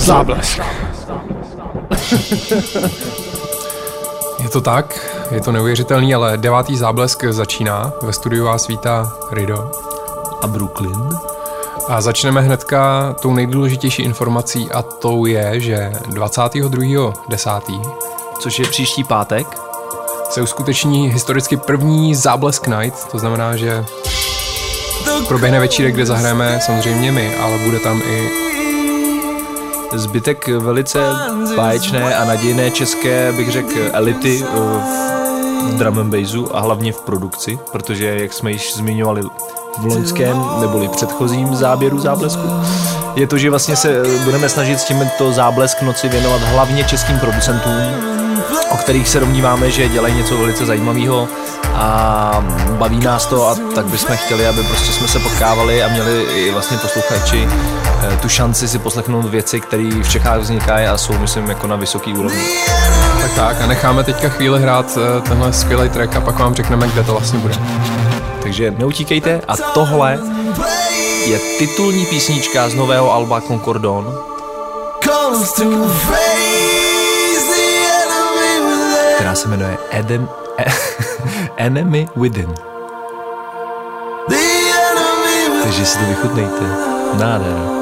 Záblesk. Je to tak, je to neuvěřitelný, ale 9. Záblesk začíná. Ve studiu vás vítá Rido a Brooklyn. A začneme hnedka tou nejdůležitější informací a tou je, že 22.10., což je příští pátek, se uskuteční historicky první Záblesk Night, to znamená, že proběhne večírek, kde zahrajeme samozřejmě my, ale bude tam i zbytek velice báječné a nadějné české, bych řekl, elity v drum and bassu a hlavně v produkci, protože, jak jsme již zmiňovali v loňském neboli předchozím záběru Záblesku, je to, že vlastně se budeme snažit s tímto Záblesk noci věnovat hlavně českým producentům, o kterých se domníváme, že dělají něco velice zajímavého a baví nás to, a tak bychom chtěli, aby prostě jsme se potkávali a měli i vlastně posluchači tu šanci si poslechnout věci, které v Čechách vznikají a jsou, myslím, jako na vysoký úrovni. Tak a necháme teďka chvíli hrát tenhle skvělý track a pak vám řekneme, kde to vlastně bude. Takže neutíkejte a tohle je titulní písnička z nového alba Concordon, která se jmenuje Enemy Within. Takže si to vychutnejte. Nádhera.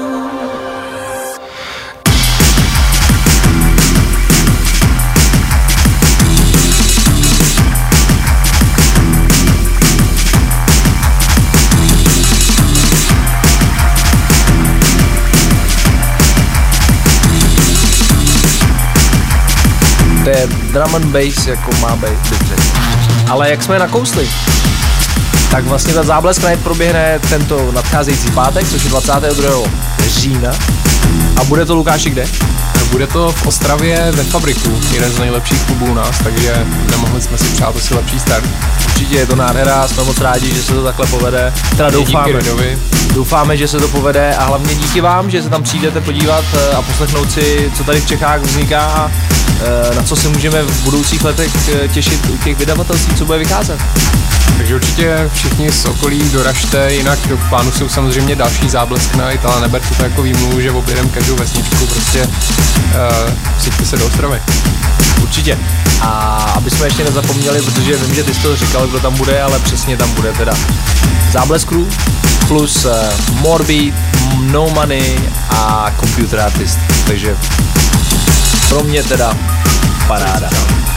To je drum and bass, jako má být dobře. Ale jak jsme nakousli, tak vlastně ta Záblesk Night proběhne tento nadcházející pátek, což je 22. října. A bude to, Lukáši, kde? Bude to v Ostravě ve Fabriku, jeden z nejlepších klubů u nás, takže nemohli jsme si přát asi lepší start. Určitě je to nádhera, jsme moc rádi, že se to takhle povede. Teda doufáme, že se to povede a hlavně díky vám, že se tam přijdete podívat a poslechnout si, co tady v Čechách vzniká a na co se můžeme v budoucích letech těšit u těch vydavatelství, co bude vycházet. Takže určitě všichni z okolí doražte, jinak v plánu jsou samozřejmě další Záblesk Night, ale neberte to jako výmluvu, že objedeme každou vesničku, prostě přijďte se do Ostravy. Určitě. A aby jsme ještě nezapomněli, protože vím, že ty jsi to říkal, kdo tam bude, ale přesně tam bude teda Záblesk Crew plus Morbid, No Money a Computer Artist. Takže pro mě teda paráda.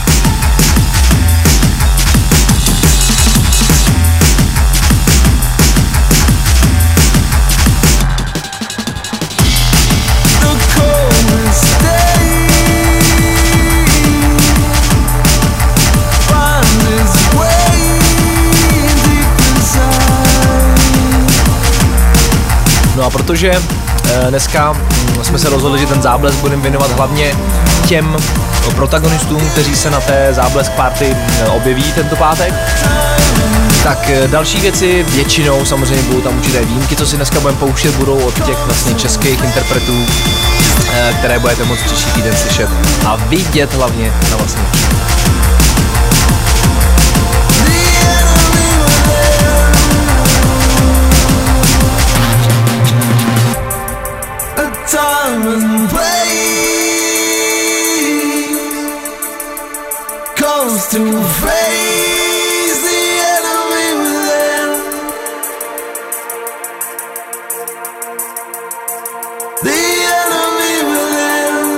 No a protože dneska jsme se rozhodli, že ten Záblesk budeme věnovat hlavně těm protagonistům, kteří se na té Záblesk party objeví tento pátek, tak další věci většinou samozřejmě budou tam určité výjimky, co si dneska budeme pouštět, budou od těch vlastně českých interpretů, které budete moct příští týden slyšet a vidět hlavně na vlastní oči. To face the enemy within. The enemy within.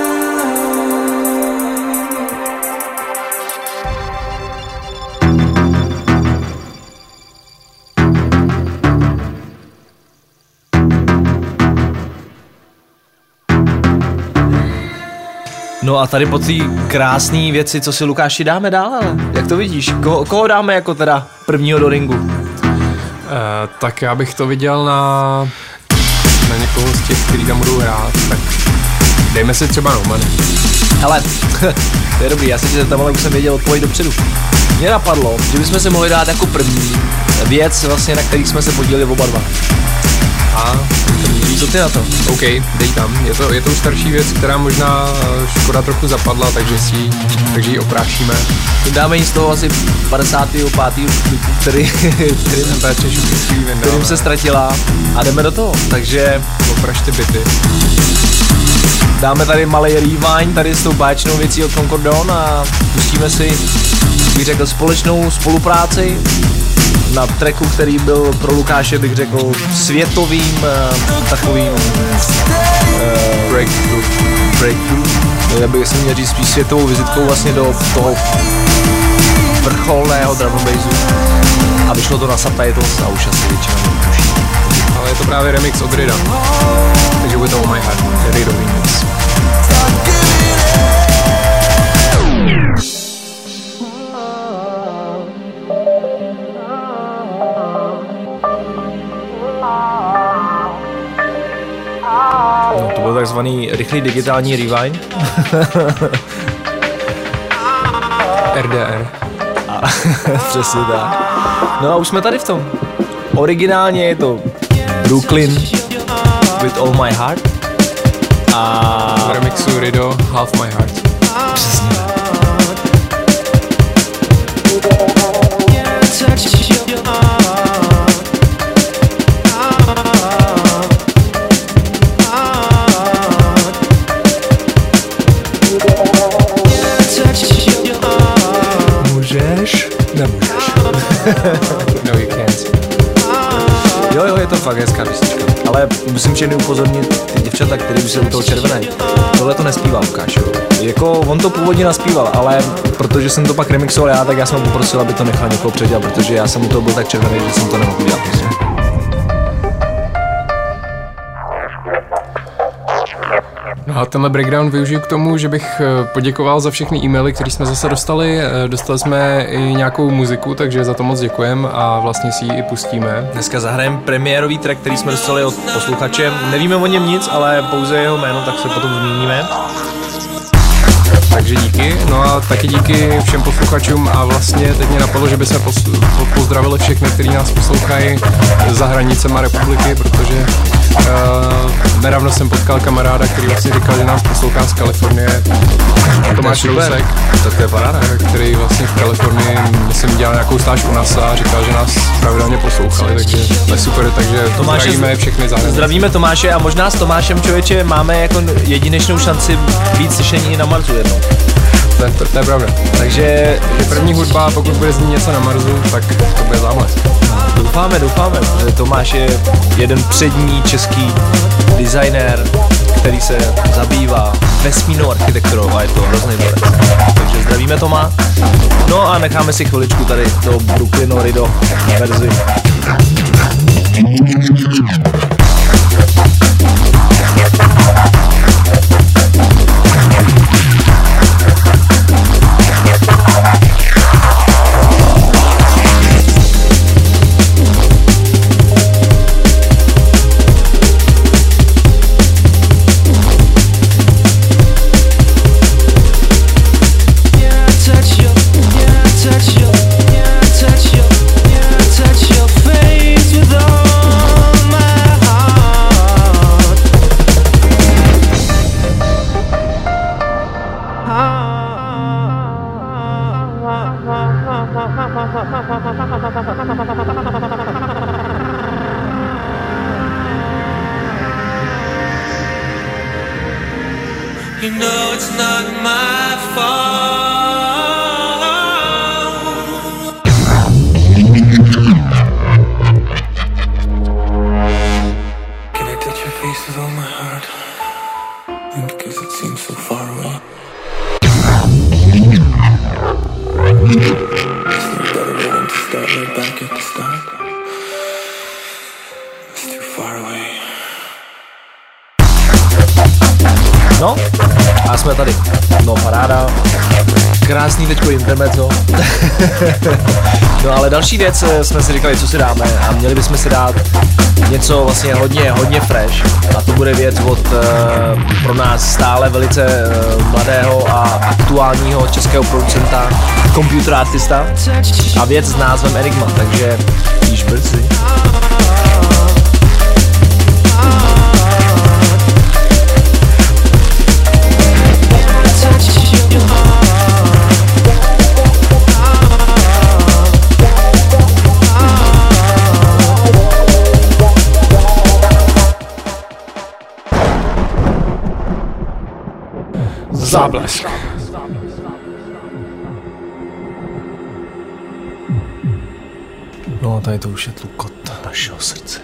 No a tady po té krásné věci, co si, Lukáši, dáme dál, ale jak to vidíš? Koho dáme jako teda prvního do ringu? Tak já bych to viděl na někoho z těch, kteří tam budou hrát, tak dejme si třeba No Money. Hele, to je dobrý, já se ti zeptám, ale už jsem věděl odpověď dopředu. Mně napadlo, že bychom si mohli dát jako první věc, vlastně, na který jsme se podíleli oba dva. A co ty na to? OK, dej tam. Je to už starší věc, která možná Škoda trochu zapadla, takže ji oprášíme. Dáme jí z toho asi 55. kterým se ztratila a jdeme do toho, takže oprašte byty. dáme tady malý rewind tady s tou báječnou věcí od Concordon a pustíme si, bych řekl, společnou spolupráci na tracku, který byl pro Lukáše, bych řekl, světovým takovým breakthrough. Já bych si měl říct spíš světovou vizitkou vlastně do toho vrcholného drum and bassu. A vyšlo to na Subtitles a už asi většina netuší. Ale je to právě remix od Rida. Takže bude to Oh My Heart, Ridový remix. No, to byl takzvaný rychlý digitální rewind. RDR. Přesně tak. No a už jsme tady v tom. Originálně je to Brooklyn with All My Heart. A v remixu Rido Half My Heart. Přesně. Můžeš? Nemůžeš. No you can't. Jo, je to fakt hezká písnička. Ale musím všechny upozornit ty děvčata, který už se u toho červenají. Tohle to nespívá Lukáš, jo. Jako on to původně naspíval, ale protože jsem to pak remixoval já, tak já jsem ho poprosil, aby to nechal někoho předělat, protože já jsem u toho byl tak červený, že jsem to nemohl udělat. No a tenhle breakdown využiju k tomu, že bych poděkoval za všechny e-maily, které jsme zase dostali. Dostali jsme i nějakou muziku, takže za to moc děkujeme a vlastně si ji i pustíme. Dneska zahrajeme premiérový track, který jsme dostali od posluchače. Nevíme o něm nic, ale pouze jeho jméno, tak se potom zmíníme. Takže díky, no a taky díky všem posluchačům a vlastně teď mě napadlo, že by se pozdravili všechny, kteří nás poslouchají za hranicema republiky, protože nedávno jsem potkal kamaráda, který vlastně říkal, že nás poslouchá z Kalifornie, Tomáš Rousek, tak to je paráda, který vlastně v Kalifornii, myslím, dělal nějakou stáž u NASA a říkal, že nás pravidelně poslouchali, takže to je super, takže zdravíme všechny za hranici. Zdravíme Tomáše a možná s Tomášem, člověče, máme jako jedinečnou šanci být slyšení i na Marsu jednou. To je pravda. Takže první hudba, pokud bude znít něco na Marsu, tak to bude zámlesk. Doufáme, že Tomáš je jeden přední český designér, který se zabývá vesmírnou architekturou a je to hrozný borec. Takže zdravíme Toma. No a necháme si chviličku tady do Brooklynu Rido verzi. You know it's not my fault. Can I touch your face with all my heart? And because it seems so far away. Is there a better way than to start right back at the start? It's too far away. No, a jsme tady. No, paráda. Krásný teďko intermezzo. No ale další věc, jsme si říkali, co si dáme a měli bychom si dát něco vlastně hodně fresh a to bude věc od pro nás stále velice mladého a aktuálního českého producenta, computer artista a věc s názvem Enigma, takže již brzy. Záblesk. No, tady to už je tlukot našeho srdce.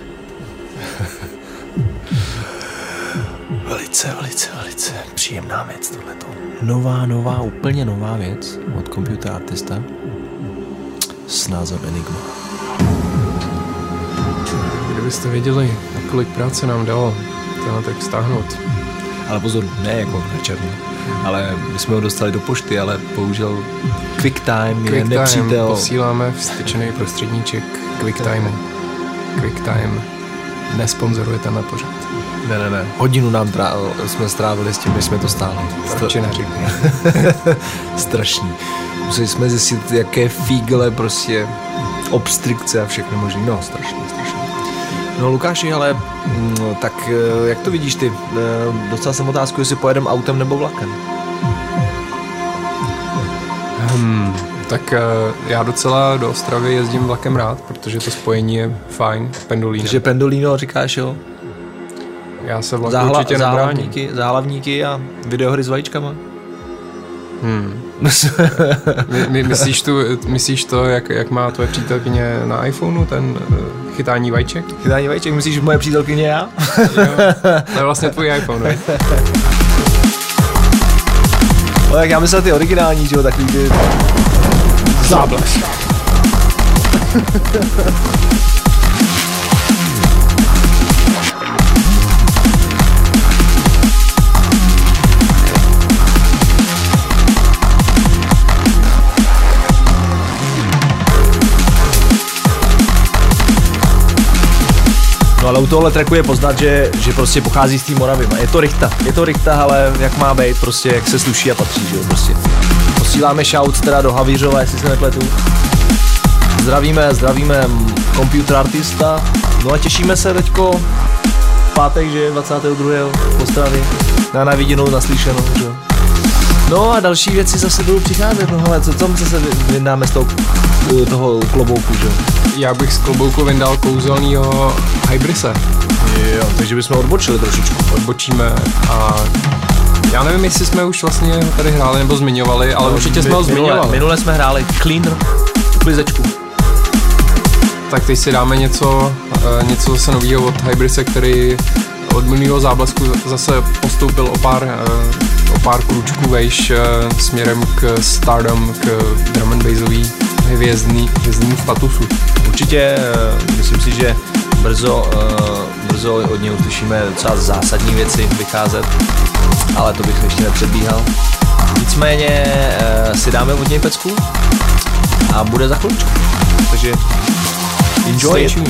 Velice příjemná věc tohleto. Úplně nová věc od Computer Artista s názvem Enigma. Kdybyste věděli, kolik práce nám dalo tenhle tak stáhnout. Ale pozor, ne jako na černo. Ale my jsme ho dostali do pošty, ale bohužel QuickTime je nepřítel. Posíláme vstyčený prostředníček QuickTimeu. QuickTime nesponzoruje tenhle pořad. Ne. Hodinu jsme strávili s tím, než jsme to stáhli. Radši neříkej. Strašný. Museli jsme zjistit, jaké fígle, prostě obstrukce a všechno možný. No, strašný. No, Lukáši, ale tak jak to vidíš ty? Dostal jsem otázku, jestli pojedem autem nebo vlakem. Tak já docela do Ostravy jezdím vlakem rád, protože to spojení je fajn, Pendolino. Takže Pendolino říkáš, jo? Já se vlaku určitě nebráním. Záhlavníky a videohry s vajíčkama. Myslíš to, jak má tvoje přítelkyně na iPhoneu, ten chytání vajíček? Chytání vajíček? Myslíš, moje přítelkyně já? Jo, to je vlastně tvůj iPhone, ne? No, tak já myslel ty originální, že jo, takový ty... Záblesk. No ale u tohle tracku je poznat, že prostě pochází z té Moravy. Je to rychta, ale jak má být, prostě jak se sluší a patří, že jo, prostě. Posíláme shout teda do Havířova, jestli se nepletu. Zdravíme Computer Artista. No a těšíme se teďko v pátek, že 22. v Ostravě. Na viděnou, naslyšenou, že jo. No a další věci zase budou přicházet, no ale co se vyndáme z toho klobouku, že jo. Já bych z klobouku vyndal kouzelnýho Hybrise. Jo, takže bychom odbočili trošičku. Odbočíme a já nevím, jestli jsme už vlastně tady hráli nebo zmiňovali, ale určitě jsme ho zmiňovali. Minule jsme hráli Cleaner, uklizečku. Tak teď si dáme něco zase novýho od Hybrise, který od minulého záblesku zase postoupil o pár krůčků vejš směrem k stardom, k drum and bassový hvězdnému statusu. Určitě, myslím si, že brzo od něj uslyšíme docela zásadní věci vycházet, ale to bych ještě nepředbíhal. Nicméně si dáme od něj pecku a bude za chvíličku. Takže enjoy it.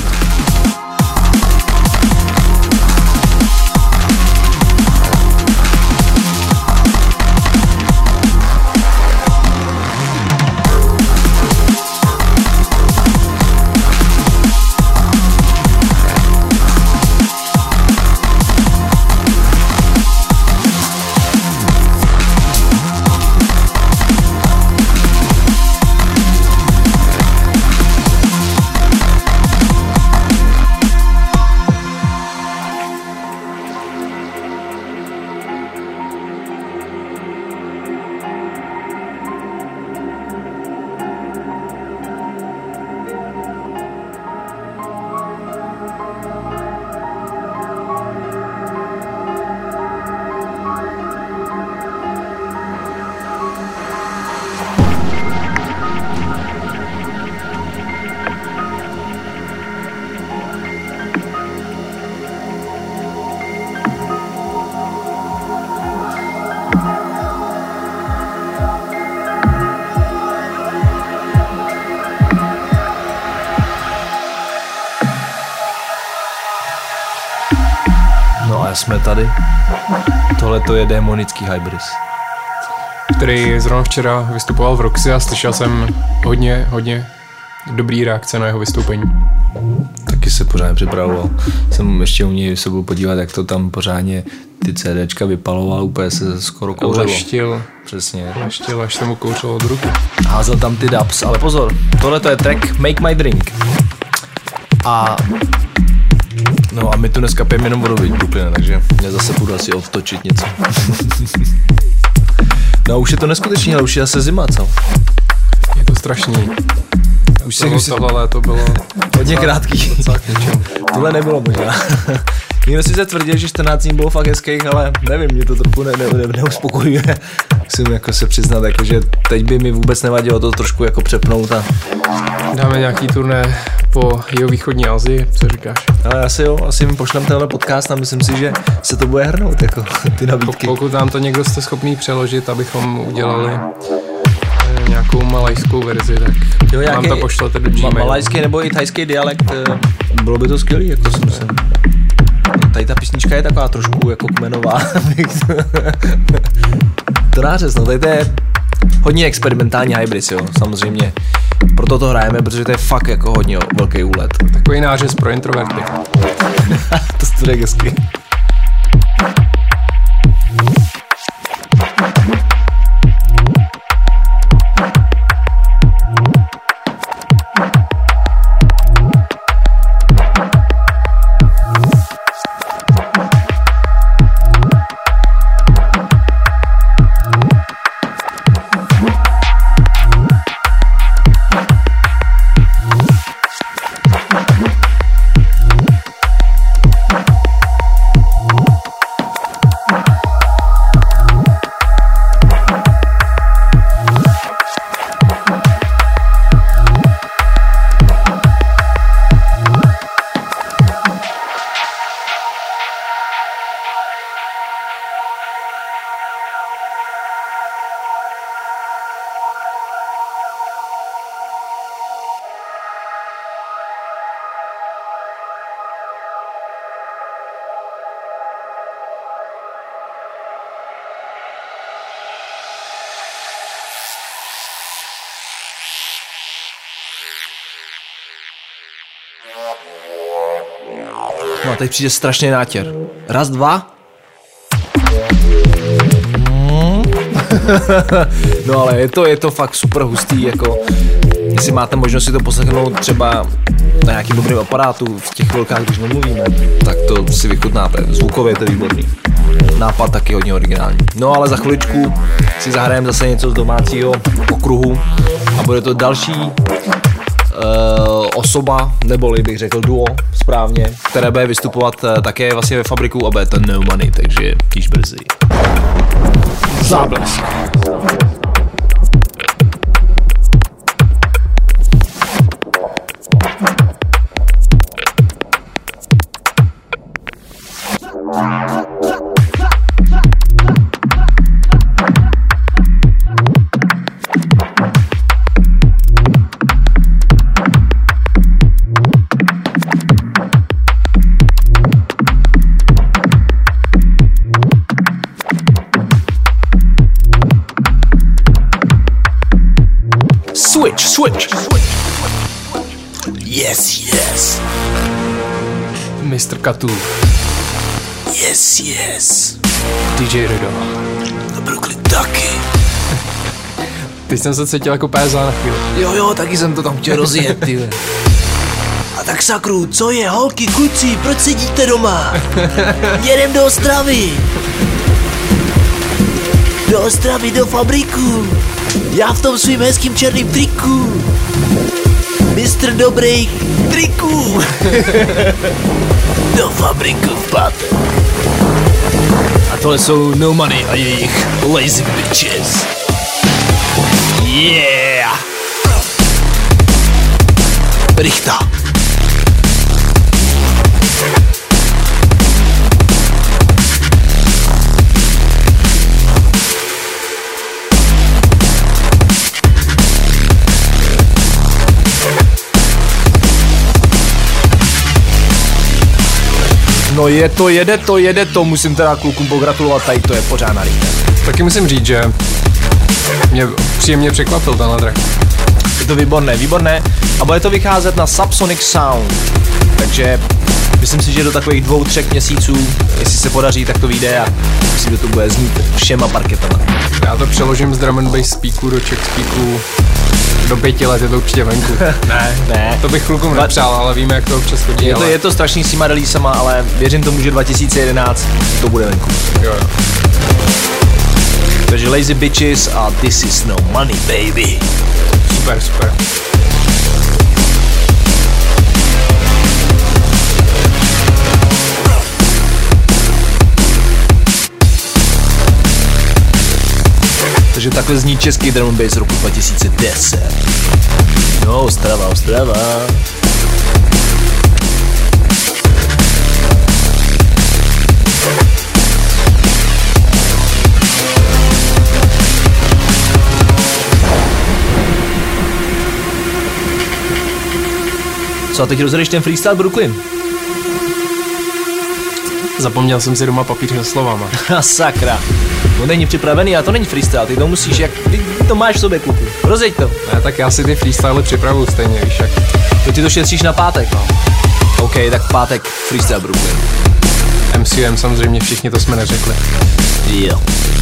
Jsme tady. Tohle to je démonický Hybris. Který zrovna včera vystupoval v Roxy a slyšel jsem hodně dobrý reakce na jeho vystoupení. Taky se pořádně připravoval. Jsem ještě u něj se budu podívat, jak to tam pořádně ty CDčka vypaloval, úplně se skoro kouřilo. Leštil. Přesně. Leštil, až se mu kouřilo od ruky. Házel tam ty dubs, ale pozor, tohle to je track Make My Drink. No a my tu dneska pijeme jenom vodu, Brooklyn, takže já zase budu asi odtočit něco. No už je to neskutečný, ale už je zase zima, co? Je to strašný. Už se Tohle léto bylo hodně krátký. Tohle nebylo možná. Někdo si se tvrdil, že 14 dní bylo fakt hezkých, ale nevím, mě to trochu neuspokojuje. Musím jako se přiznat, jako, že teď by mi vůbec nevadilo to trošku jako přepnout a... Dáme nějaký turné po jihovýchodní Asii, co říkáš? Ale asi mi pošlem tenhle podcast a myslím si, že se to bude hrnout, jako ty nabídky. Pokud nám to někdo jste schopný přeložit, abychom udělali nějakou malajskou verzi, tak jo, nám to pošlete do Gmailu. Malajský nebo i thajský dialekt, bylo by to skvělý, jako si myslím. Tady ta písnička je taková trošku jako kmenová. To nářez, no tady to je hodně experimentální hybrid, jo, samozřejmě. Proto to hrajeme, protože to je fakt jako hodně velký úlet. Takový nářez pro introverty. To je hezky. No a teď přijde strašný nátěr. Raz, dva. No ale je to fakt super hustý, jako jestli máte možnost si to poslechnout třeba na nějakým dobrým aparátu v těch chvilkách, když nemluvíme, tak to si vychutnáte. Zvukově je to výborný. Nápad taky hodně originální. No ale za chviličku si zahrajeme zase něco z domácího okruhu a bude to další osoba, neboli bych řekl duo správně, které bude vystupovat také vlastně ve Fabriku a bude to No Money, takže tíž brzy. Záblesk. Switch. Yes. Mr. Katu. Yes. DJ Rido. A Brooklyn taky. Teď jsem se cítil jako péza na chvíli. Jo, taky jsem to tam chtěl rozjet, ty. A tak sakru, co je, holky, kluci, proč sedíte doma? Jedem do Ostravy. Do Ostravy, do Fabriku. Já v tom svým hezkým černým triku. Mistr dobrých triků. Do Fabriku v pátek. A tohle jsou No Money a jejich Lazy Bitches. Yeah! Richta. No jede to, musím teda klukům pogratulovat, tady to je pořádná rychta. Taky musím říct, že mě příjemně překvapil tenhle track. Je to výborné a bude to vycházet na Subsonic Sound, takže myslím si, že do takových 2-3 měsíců, jestli se podaří, tak to vyjde a myslím, že to bude znít všema parketama. Já to přeložím z drum and bass speaku do Czech speaku. Do 5 let je to určitě venku. Ne. To bych klukům nepřál, ale víme, jak to občas chodí. Je to strašný s těma releasama, ale věřím tomu, že 2011 to bude venku. Jo. Takže Lazy Bitches a This Is No Money Baby. Super, super. Takže takhle zní český drum and bass roku 2010. No, Ostrava. Co a teď rozhraješ ten freestyle Brooklyn? Zapomněl jsem si doma papír se slovama. Sakra. To není připravený a to není freestyle, ty to musíš, ty to máš v sobě, kluku. Rozjeď to. Ne, tak já si ty freestyle připravuju stejně, víš jak. To ty to šetříš na pátek, no. OK, tak pátek freestyle Brooklyn. MCM samozřejmě, všichni to jsme neřekli. Jo.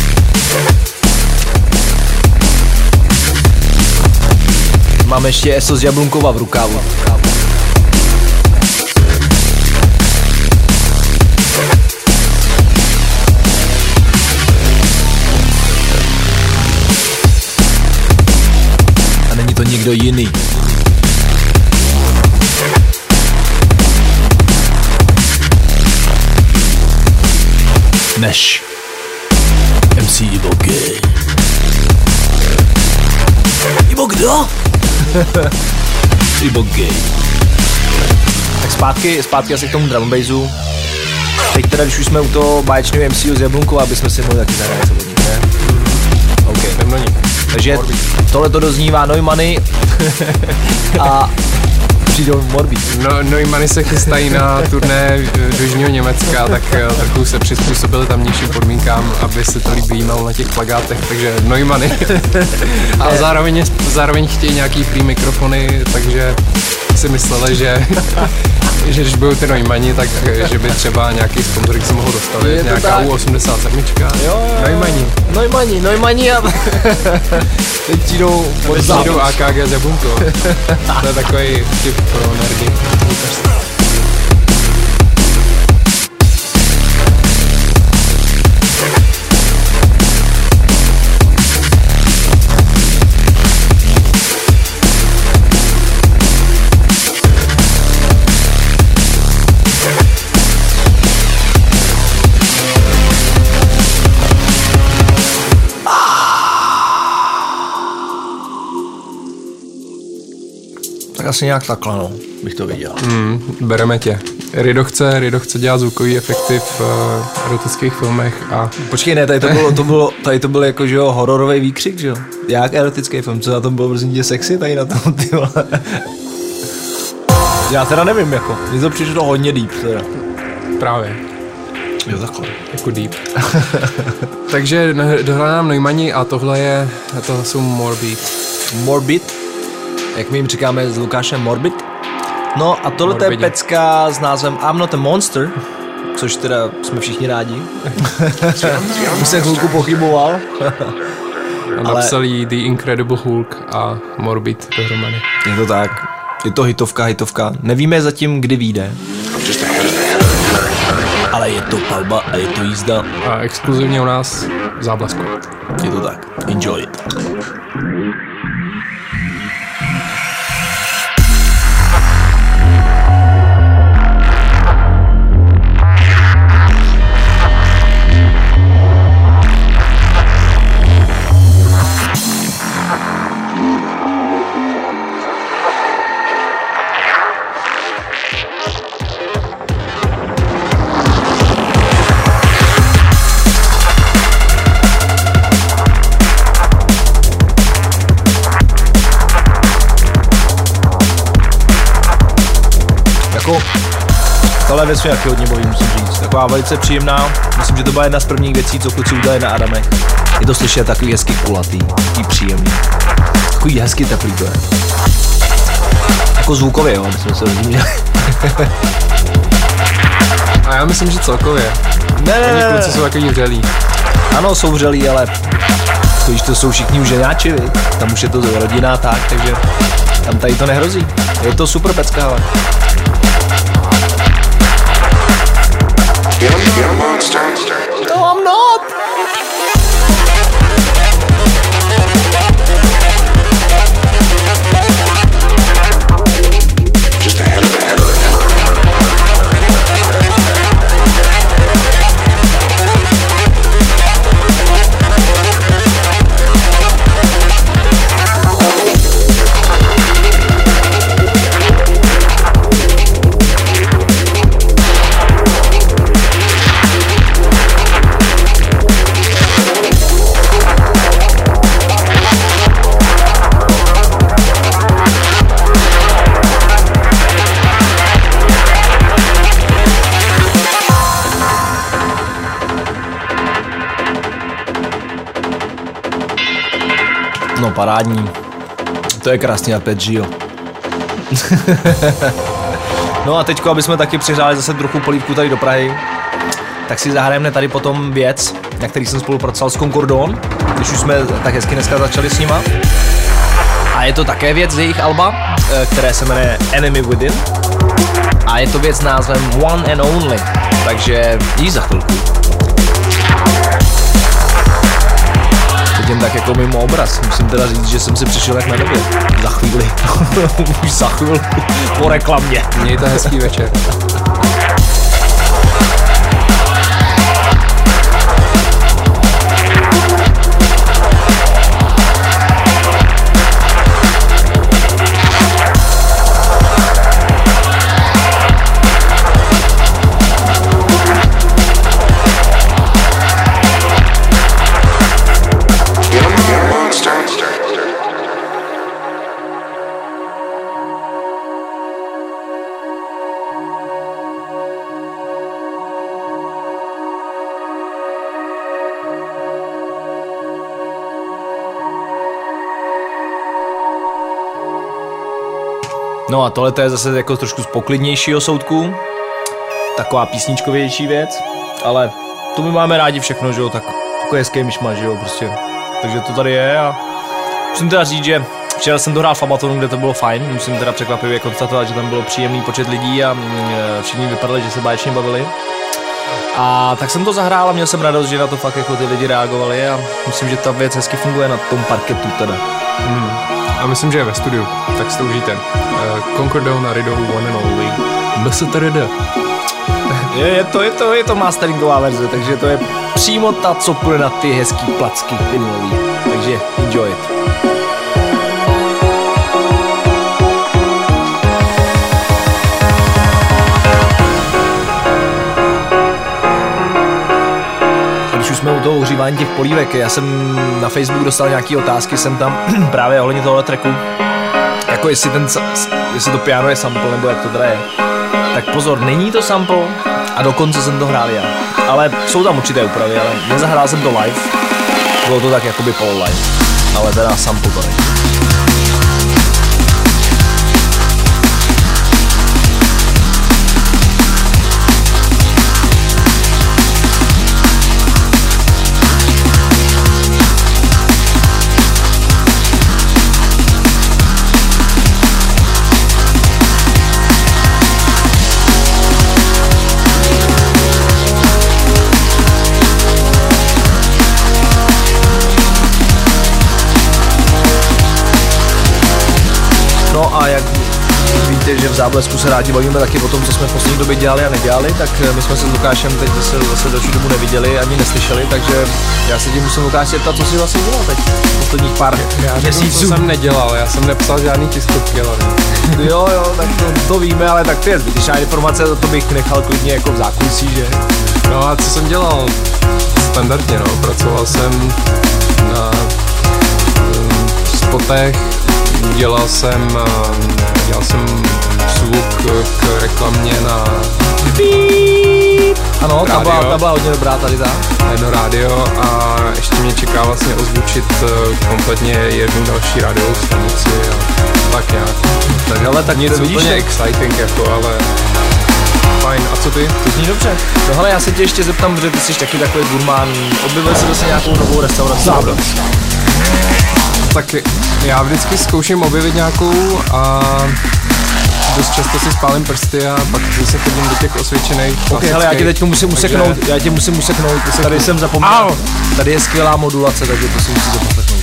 Máme ještě ESO z Jablunkova v rukávu. A není to někdo jiný. Než MC Ivo Gay. Ivo kdo? Ivo Gay. Tak zpátky asi k tomu drum bassu. Teď teda, když už jsme u toho báječného MCU z Jablunkova, aby jsme si mohli taky zahrát celý, ne? OK. Takže tohle to doznívá Neumanny a přijdou Morbid. No, Neumanny se chystají na turné do Jižního Německa, tak trochu se přizpůsobili tamnějším podmínkám, aby se to líp vyjímalo na těch plakátech, takže Neumanny. A zároveň chtějí nějaký free mikrofony, takže si mysleli, že když budou ty Neumanni, tak že by třeba nějaký sponzorik se mohl dostavit, nějaká U87. Neumanni a teď přijdou AKG z Jablunko. To je takový vtip pro nerdy. asi nějak takhle, no, bych to viděl. Bereme tě. Rido chce dělat zvukový efekty v erotických filmech a... Počkej, ne, tady to byl jako, že jo, hororový výkřik, že jo? Jak erotický film, co na tom bylo prostě sexy, tady na tom, ty vole. Já teda nevím, jako, mně to přišlo hodně deep, teda. Právě. Jo, takhle. Jako deep. Takže dohledám Neumanni a to jsou Morbid. Morbid? Jak my jim říkáme s Lukášem Morbid. No a tohle je pecka s názvem I'm Not a Monster, což teda jsme všichni rádi. Už jsem chvilku pochyboval. A napsal jí The Incredible Hulk a Morbid dohromady. Je to tak. Je to hitovka. Nevíme zatím, kdy vyjde. Ale je to palba a je to jízda. A exkluzivně u nás v Záblasku. Je to tak. Enjoy it. Tohle věc mě taky hodně baví, musím říct. Taková velice příjemná. Myslím, že to byla jedna z prvních věcí, co kluci udělali na Adamech. Je to slyšet takový hezky kulatý, takový příjemný. Takový hezky teplý to je. Jako zvukově, jo, myslím, že se rozuměli. A já myslím, že celkově. Ne. Kluci jsou takový vřelí. Ano, jsou vřelí, ale když to jsou všichni už ženáči, tam už je to rodina tak, takže tam tady to nehrozí. Je to super pecka, ale. You're a monster. No, I'm not. No parádní. To je krásný arpeggio. No a teďko, aby jsme taky přihráli zase trochu polívku tady do Prahy, tak si zahrajeme tady potom věc, na který jsem spolupracoval s Concordon, když už jsme tak hezky dneska začali s nima. A je to také věc z jejich alba, které se jmenuje Enemy Within. A je to věc s názvem One and Only, takže jí za chvilku. Teď jen tak jako mimo obraz, musím teda říct, že jsem si přišel jak na době. Za chvíli. Už za chvilku. Po reklamě. Mějte hezký večer. No a tohle je zase jako trošku z poklidnějšího soudku. Taková písničkovější věc, ale to my máme rádi všechno, že jo, tak jako hezký myšmaš, že jo, prostě. Takže to tady je a musím teda říct, že včera jsem dohrál v Abatonu, kde to bylo fajn, musím teda překvapivě konstatovat, že tam bylo příjemný počet lidí a všichni vypadali, že se báječně bavili. A tak jsem to zahrál a měl jsem radost, že na to fakt jako ty lidi reagovali a myslím, že ta věc hezky funguje na tom parketu teda. A myslím, že je ve studiu, tak si to užijte. Concordon a Rido One and Only. MSTRD. Je to masteringová verze, takže to je přímo ta, co půjde na ty hezký placky vinylový. Takže enjoy it. Jsme u toho uhřívání těch polívek. Já jsem na Facebook dostal nějaký otázky, jsem tam právě ohledně tohle tracku. Jako jestli to piano je sample, nebo jak to teda je. Tak pozor, není to sample a dokonce jsem to hrál já. Ale jsou tam určité úpravy, ale nezahrál jsem to live. Bylo to tak jakoby polo-live. Ale teda sample to není. No a jak víte, že v Záblesku se rádi bavíme taky o tom, co jsme v poslední době dělali a nedělali, tak my jsme se s Lukášem teď zase další dobu neviděli ani neslyšeli, takže já se tím musím Lukáš zeptat, co jsi vlastně dělal teď posledních pár měsíců. Co jsem nedělal, já jsem nepsal žádný tiskovky, ale ne. Jo, tak to víme, ale tak to je zbytečná informace, to bych nechal klidně jako v zákulisí, že? No a co jsem dělal? Standardně, no, pracoval jsem na spotech, dělal jsem zvuk k reklamě na ano, ta byla hodně dobrá tady ta. Na jedno rádio a ještě mě čeká vlastně ozvučit kompletně jednu další rádiovou stanici a tak nějak. Tak hele, tak nic úplně exciting jako, ale fajn. A co ty? To zní dobře. No hele, já se tě ještě zeptám, protože ty jsi taky takový gurmán. Objevil jsi zase nějakou novou restauraci? Tak já vždycky zkouším objevit nějakou a dost často si spálím prsty a pak se chodím do těch osvědčených. Ok, hele, já tě teď musím useknout, tady jsem zapomněl. Tady je skvělá modulace, takže to si musíš zaposlechnout.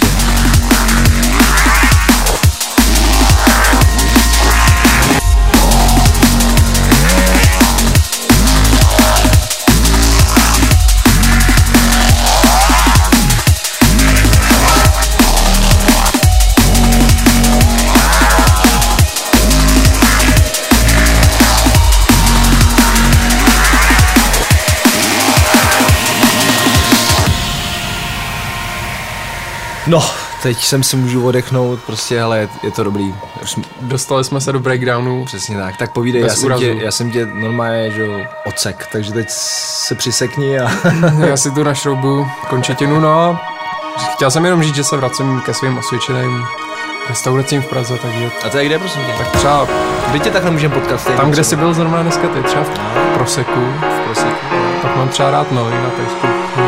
No, teď jsem si můžu odechnout, prostě, hele, je to dobrý. Dostali jsme se do breakdownu. Přesně tak povídej, já jsem tě normálně, že odsek, takže teď se přisekni a... Já si tu našroubuju končetinu, no. Chtěl jsem jenom říct, že se vracím ke svým osvědčeným restauracím v Praze, takže... A to je kde, prosím tě? Tak třeba... Kde tě takhle můžeme potkat? Tam, kde jsi byl zrovna dneska ty, třeba v Proseku. Pak mám třeba rád Noi na tajskou.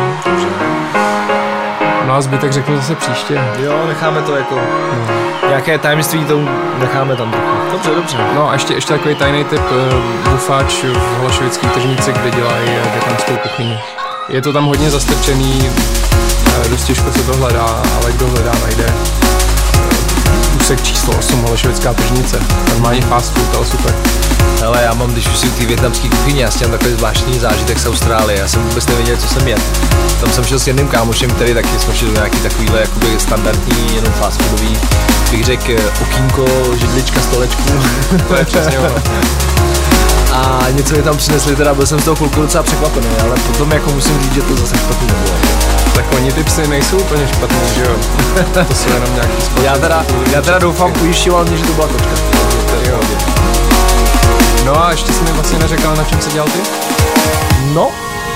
No a zbytek řeknu zase příště. Jo, necháme to jako... Nějaké tajemství to necháme tam trochu. Dobře. No a ještě takový tajný tip, bufáč v Holašovický tržnici, kde dělají větnamskou kuchyni. Je to tam hodně zastrčený, dost těžko se to hledá, ale kdo hledá, najde. Úsek číslo 8, Holašovická tržnice. Normální fast food, ale super. Hele, já mám, když už si ty větnamský kuchyně, já jsem takový zvláštní zážitek z Austrálie, já jsem vůbec nevěděl, co jsem jedl. Tam jsem šel s jedným kámošem, který taky jsme šli do nějaký takovýhle jakoby standardní, jenom fast foodový, bych řekl okýnko, židlička, stolečku. To je přesně ono. A něco mi tam přinesli, teda byl jsem z toho chvilku docela překvapený, ale potom jako musím říct, že to zase špatný nebylo. Tak oni ty psy nejsou úplně špatný, že jo? To jsou jenom nějaký společný. Já teda doufám, ujišťoval mě, že to byla kočka. Jo. No a ještě jsi mi vlastně neřekl, na čem se dělal ty? No,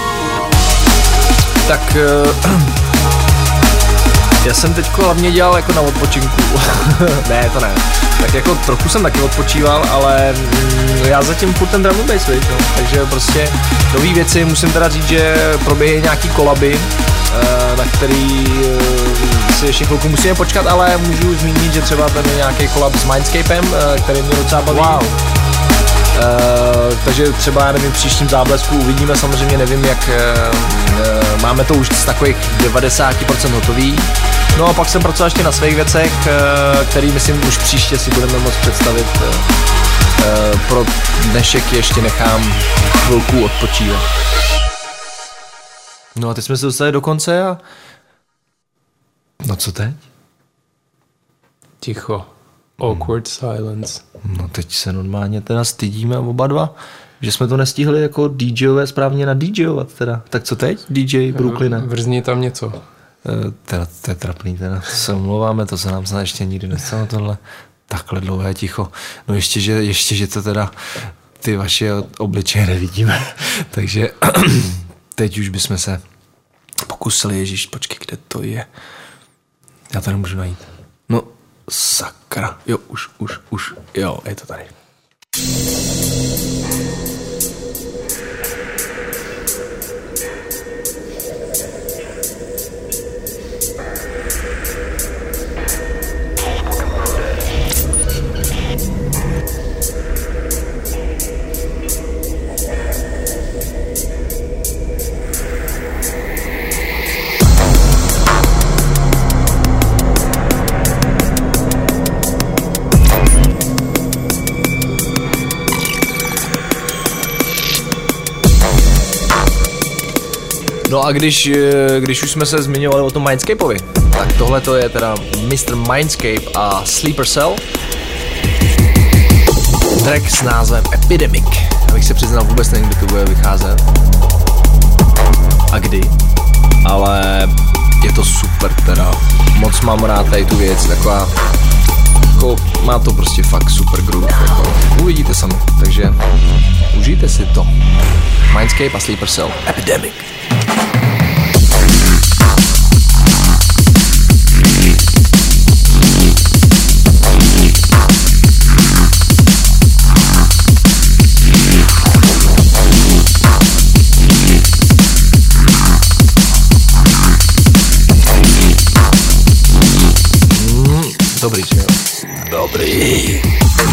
tak já jsem teďko hlavně dělal jako na odpočinku. Ne, to ne. Tak jako trochu jsem taky odpočíval, ale já zatím furt ten drum and bass, no. Takže prostě nový věci, musím teda říct, že proběhají nějaký kolaby, na který si ještě chvilku musíme počkat, ale můžu zmínit, že třeba ten nějaký kolab s Mindscapem, který mě docela baví. Wow. Takže třeba, já nevím, v příštím záblesku uvidíme, samozřejmě nevím, jak máme to už z takových 90% hotový. No a pak jsem pracoval ještě na svých věcech, který myslím už příště si budeme moct představit. Pro dnešek ještě nechám chvilku odpočívat. No a teď jsme se dostali do konce a... No co teď? Ticho. Awkward silence. No teď se normálně teda stydíme oba dva, že jsme to nestihli jako DJové správně nadJovat teda. Tak co teď, DJ Brooklyne? Vrzni tam něco. Teda, to je trapný, teda se omlouváme, to se nám snad ještě nikdy nestalo tohle. Takhle dlouhé ticho. No ještě, že to teda ty vaše obličeje nevidíme. Takže teď už bychom se pokusili, ježíš, počkej, kde to je? Já to nemůžu najít. No, sakra. Jo, už. Jo, je to tady. No a když už jsme se zmiňovali o tom Mindscapeovi, tak tohle to je teda Mr. Mindscape a Sleeper Cell. Track s názvem Epidemic. Abych se přiznal, vůbec nevím, kdy to bude vycházet. A kdy. Ale je to super teda. Moc mám rád tady tu věc, taková... Jako, má to prostě fakt super groove. Jako, uvidíte sami, takže užijte si to. Mindscape a Sleeper Cell Epidemic. Dobrý, že jo? Dobrý.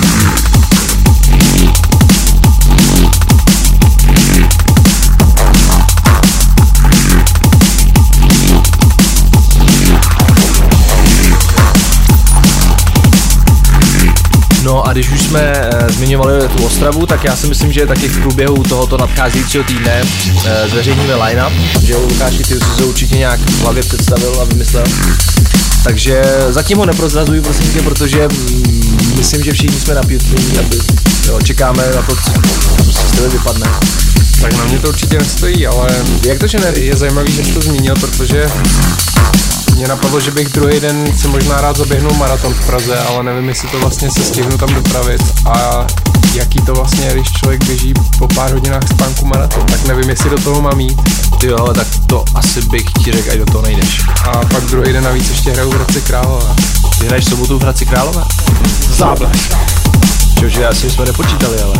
No a když už jsme zmiňovali tu Ostravu, tak já si myslím, že taky v průběhu tohoto nadcházejícího týdne zveřejníme line-up, že jo, Lukáši, ty už si to určitě nějak v hlavě představil a vymyslel. Takže zatím ho neprozrazuji, prosím tě, protože myslím, že všichni jsme napětí, aby čekáme na to, co z tebe vypadne. Tak na mě to určitě nestojí, ale jak to, že ne? Je zajímavý, že jsi to zmínil, protože mě napadlo, že bych druhý den si možná rád zaběhnul maraton v Praze, ale nevím, jestli to vlastně se stihnu tam dopravit a jaký to vlastně, když člověk běží po pár hodinách spánku maraton, tak nevím, jestli do toho mám jít. Ty jo, tak to asi bych ti řekl, ať do toho nejdeš. A pak druhý den navíc ještě hraju v Hradci Králové. Ty hraješ sobotu v Hradci Králové? Záblesk. Čože asi jsme nepočítali, ale...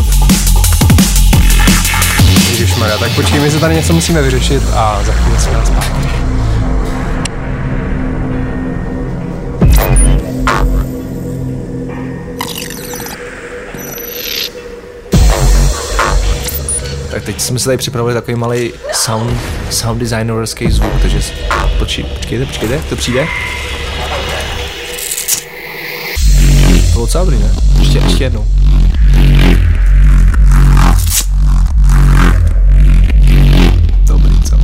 Ježišmarja, tak počkej, my se tady něco musíme vyřešit a za chvíli jsme nás zpátky. Tak teď jsme si tady připravili takový malý sound designerský zvuk, takže počkejte, to přijde. To bylo docela dobrý, ne? Ještě jednou. Dobrý, co?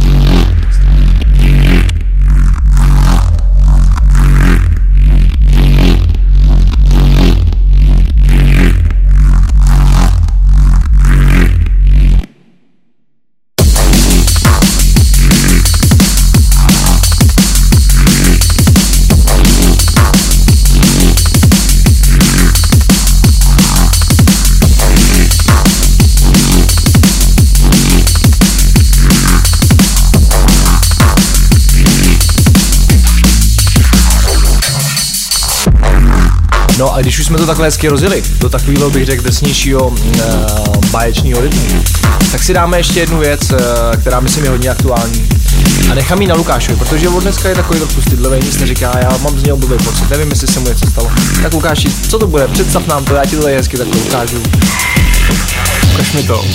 No a když už jsme to takhle hezky rozjeli, do takového bych řekl drsnějšího báječního rytmu, tak si dáme ještě jednu věc, která myslím je hodně aktuální. A nechám ji na Lukášovi, protože od dneska je takový trochu stydlivý, nic neříká, já mám z něho blbý pocit, nevím, jestli se mu něco stalo. Tak Lukáši, co to bude? Představ nám to, já ti to tady hezky takhle ukážu. Ukaž mi to.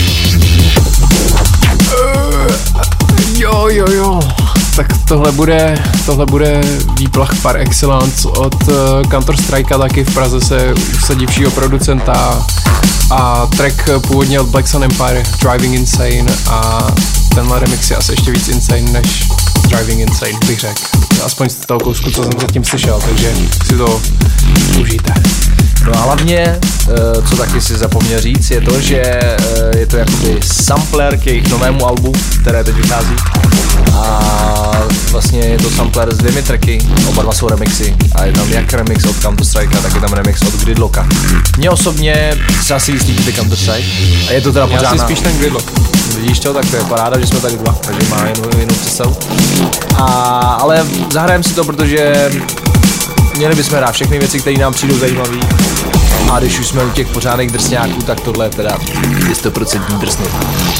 Jo. Tak tohle bude výplach par excellence od Counter-Strike'a, taky v Praze se usadí producenta a track původně od Black Sun Empire, Driving Insane, a tenhle remix je asi ještě víc insane než Driving Insane, bych řekl. Aspoň z toho kousku, co jsem zatím slyšel, takže si to užijte. No a hlavně, co taky si zapomněl říct, je to, že je to jakoby sampler k jejich novému albu, které teď vychází. A vlastně je to sampler s 2 tracky, oba dva jsou remixy. A je tam jak remix od Counter-Strike'a, tak je tam remix od Gridlocka. Mně osobně se asi víc líbí Counter-Strike. A je to teda pořádná. Já si spíš ten Gridlock. Vidíš to, tak to je paráda, že jsme tady dva, takže má jinou představu. Ale zahrajeme si to, protože měli bychom hrát všechny věci, které nám přijdou zajímavé. A když už jsme u těch pořádných drsňáků, tak tohle je teda 100% drsnot.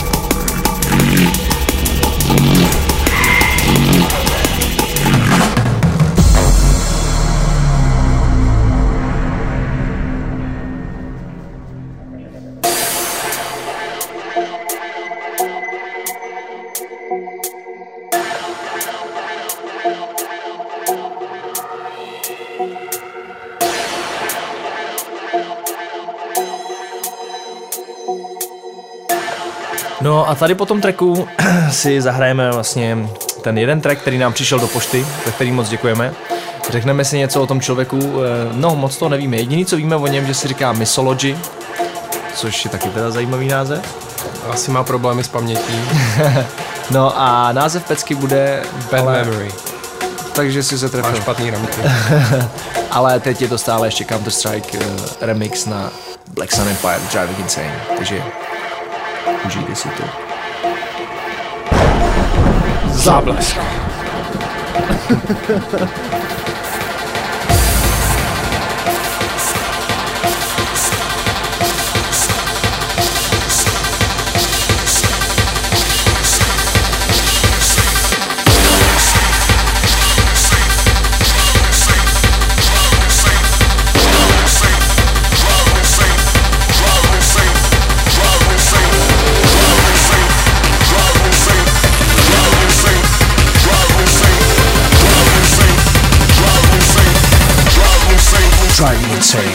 No a tady po tom tracku si zahrajeme vlastně ten jeden track, který nám přišel do pošty, za který moc děkujeme. Řekneme si něco o tom člověku, no moc to nevíme. Jediný, co víme o něm, že si říká Mythology, což je taky teda zajímavý název. Asi má problémy s pamětí. No a název pecky bude Bad Memory. Takže si se trefil. Má špatný ramky. Ale teď je to stále ještě Counter-Strike remix na Black Sun Empire Driving Insane, takže užijte si to. Záblesk. Driving Insane.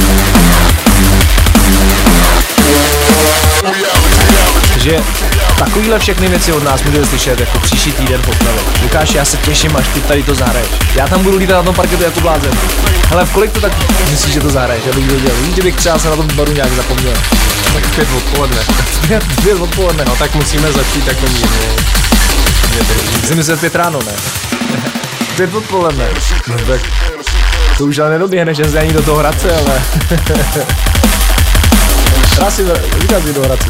Takže takovýhle všechny věci od nás můžete slyšet jako příští týden v Ostravě. Lukáš, já se těším, až ty tady to zahraješ. Já tam budu lítat na tom parketu jako blázen. Hele, v kolik to tak myslíš, že to zahraješ, abych věděl? Víš, že bych třeba se na tom baru nějak zapomněl. Tak 5 odpoledne. 5 odpoledne. No tak musíme začít jako mírně. Jsi myslel 5 ráno, ne? 5 odpoledne. No tak to už ale nedoběhne, že se ani do toho Hradce, ale... Říká si do Hradce.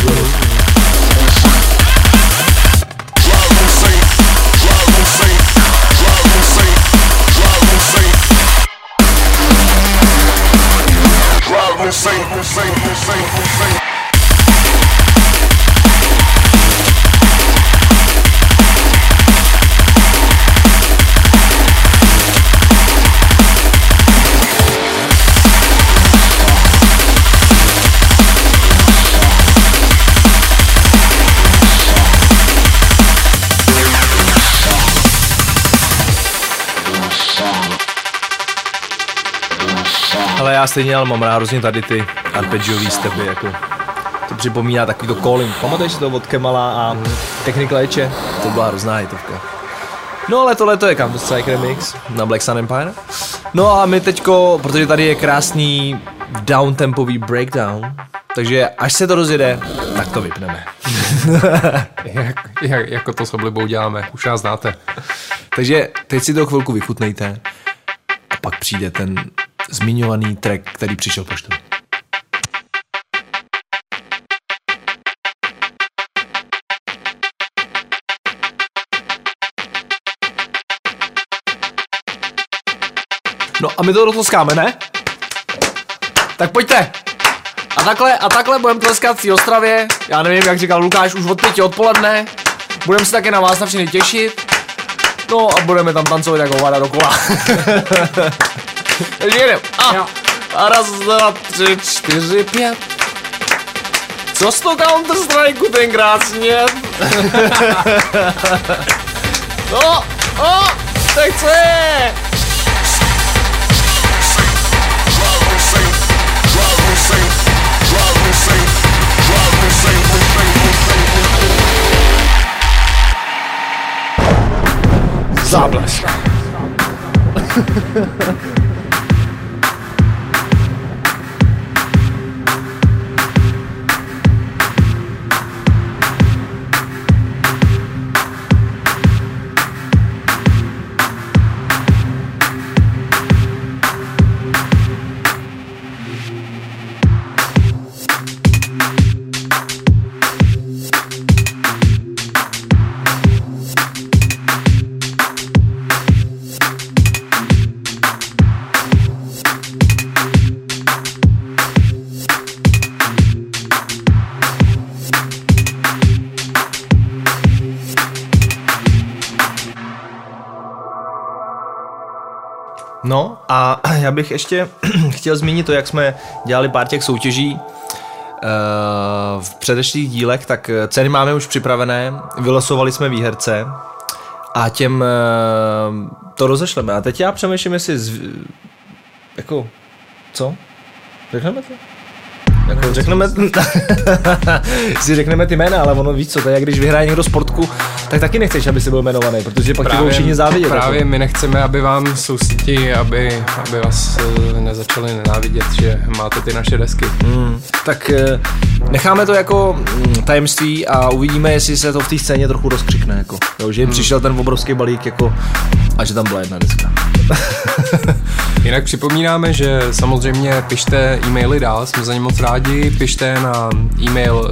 Ale já stejně ale mám hrozně tady ty arpeggiový stepy, jako to připomíná takový to calling. Pamatuješ si to od Kemala a Technic Leche? To byla hrozná hitovka. No ale tohle to je Counter-Strike Remix na Black Sun Empire. No a my teďko, protože tady je krásný downtempový breakdown, takže až se to rozjede, tak to vypneme. Jako to s oblibou děláme, už nás znáte. Takže teď si to chvilku vychutnejte a pak přijde ten zmiňovaný track, který přišel poštou. No a my to dotleskáme, ne? Tak pojďte! A takhle budeme tleskat v Ostravě. Já nevím, jak říkal Lukáš, už od 5 odpoledne. Budeme se taky na vás na všechny těšit. No a budeme tam tancovat jako vada dokola. Takže jdem. A raz, dva, 3, 4, 5. Co z toho Counter-Strikeu tenkrát smět? No, tak co je? Záblesk. No a já bych ještě chtěl zmínit to, jak jsme dělali pár těch soutěží v předešlých dílech, tak ceny máme už připravené, vylosovali jsme výherce a těm to rozešleme. A teď já přemýšlím, jestli jako, co? Řekneme to? Jako řekneme ty jména, ale ono víš co, to je jak když vyhraje někdo sportku, tak taky nechceš, aby si byl jmenovaný, protože pak ti budou všichni závidět. Právě my nechceme, aby vám sousedi, aby vás nezačali nenávidět, že máte ty naše desky. Tak necháme to jako tajemství a uvidíme, jestli se to v té scéně trochu rozkřikne, jako, jo, že jim přišel ten obrovský balík jako, a že tam byla jedna deska. Jinak připomínáme, že samozřejmě pište e-maily dál, jsme za ně moc rádi, pište na e-mail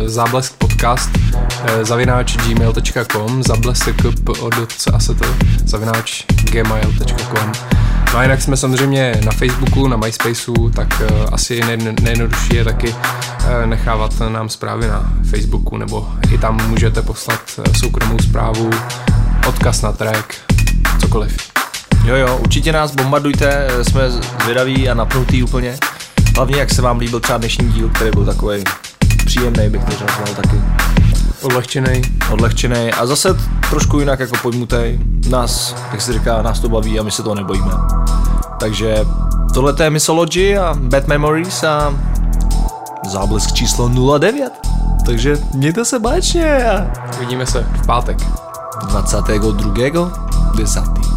zablesк.podcast@gmail.com zablesк@gmail.com. No a jinak jsme samozřejmě na Facebooku, na MySpaceu, tak asi nejjednodušší je taky nechávat nám zprávy na Facebooku, nebo i tam můžete poslat soukromou zprávu, odkaz na track, cokoliv. Jo, určitě nás bombardujte, jsme zvědaví a napnutý úplně. Hlavně, jak se vám líbil třeba dnešní díl, který byl takovej příjemný, bych to nazval taky. Odlehčenej a zase trošku jinak jako pojmutej. Nás, jak se říká, nás to baví a my se toho nebojíme. Takže tohle je Mythology a Bad Memories a záblesk číslo 09. Takže mějte se báječně a Vidíme se v pátek. 22.10.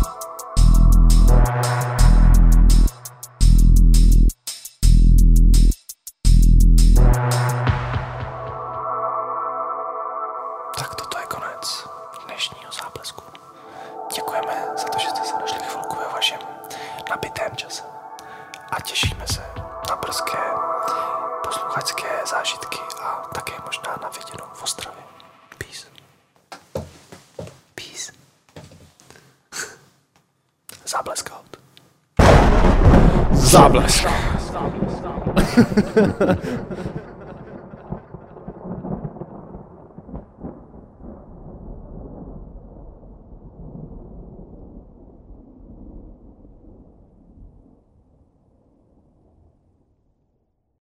Tak toto je konec dnešního záblesku. Děkujeme za to, že jste se našli chvilku ve vašem nabitém čase. A těšíme se na brzké posluchačské zážitky a také možná na viděnou v Ostravě. Peace. Peace. Záblesk out. Záblesk.